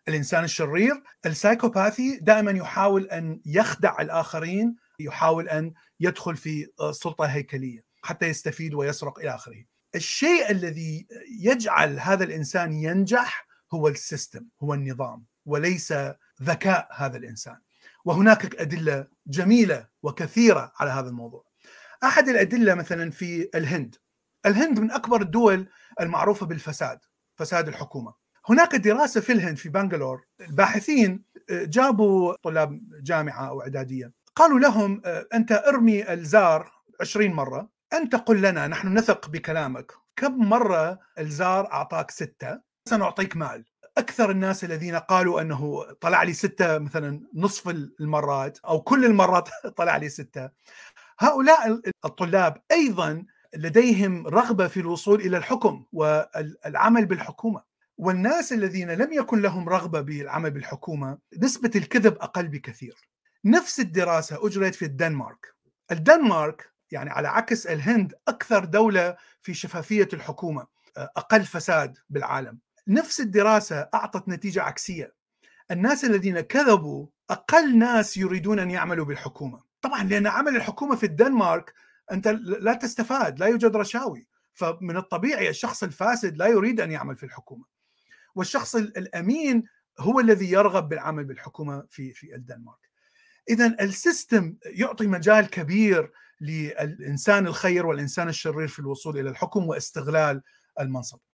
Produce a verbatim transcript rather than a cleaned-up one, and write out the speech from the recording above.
الإنسان الشرير السايكوباثي دائما يحاول أن يخدع الآخرين، يحاول أن يدخل في سلطة هيكلية حتى يستفيد ويسرق إلى آخره. الشيء الذي يجعل هذا الإنسان ينجح هو السيستم، هو النظام، وليس ذكاء هذا الإنسان. وهناك أدلة جميلة وكثيرة على هذا الموضوع. أحد الأدلة مثلا في الهند. الهند من أكبر الدول المعروفة بالفساد، فساد الحكومة. هناك دراسة في الهند في بنغلور، الباحثين جابوا طلاب جامعة أو إعدادية، قالوا لهم أنت ارمي الزار عشرين مرة، أنت قل لنا، نحن نثق بكلامك، كم مرة الزار أعطاك ستة، سنعطيك مال. أكثر الناس الذين قالوا أنه طلع لي ستة مثلا نصف المرات أو كل المرات طلع لي ستة، هؤلاء الطلاب أيضا لديهم رغبة في الوصول إلى الحكم والعمل بالحكومة. والناس الذين لم يكن لهم رغبة بالعمل بالحكومة نسبة الكذب أقل بكثير. نفس الدراسة أجريت في الدنمارك. الدنمارك يعني على عكس الهند أكثر دولة في شفافية الحكومة، أقل فساد بالعالم. نفس الدراسة أعطت نتيجة عكسية. الناس الذين كذبوا أقل ناس يريدون أن يعملوا بالحكومة، طبعا لأن عمل الحكومة في الدنمارك أنت لا تستفاد، لا يوجد رشاوي، فمن الطبيعي الشخص الفاسد لا يريد أن يعمل في الحكومة، والشخص الأمين هو الذي يرغب بالعمل بالحكومة في في الدنمارك. إذا السيستم يعطي مجال كبير للإنسان الخير والإنسان الشرير في الوصول إلى الحكم واستغلال المنصب.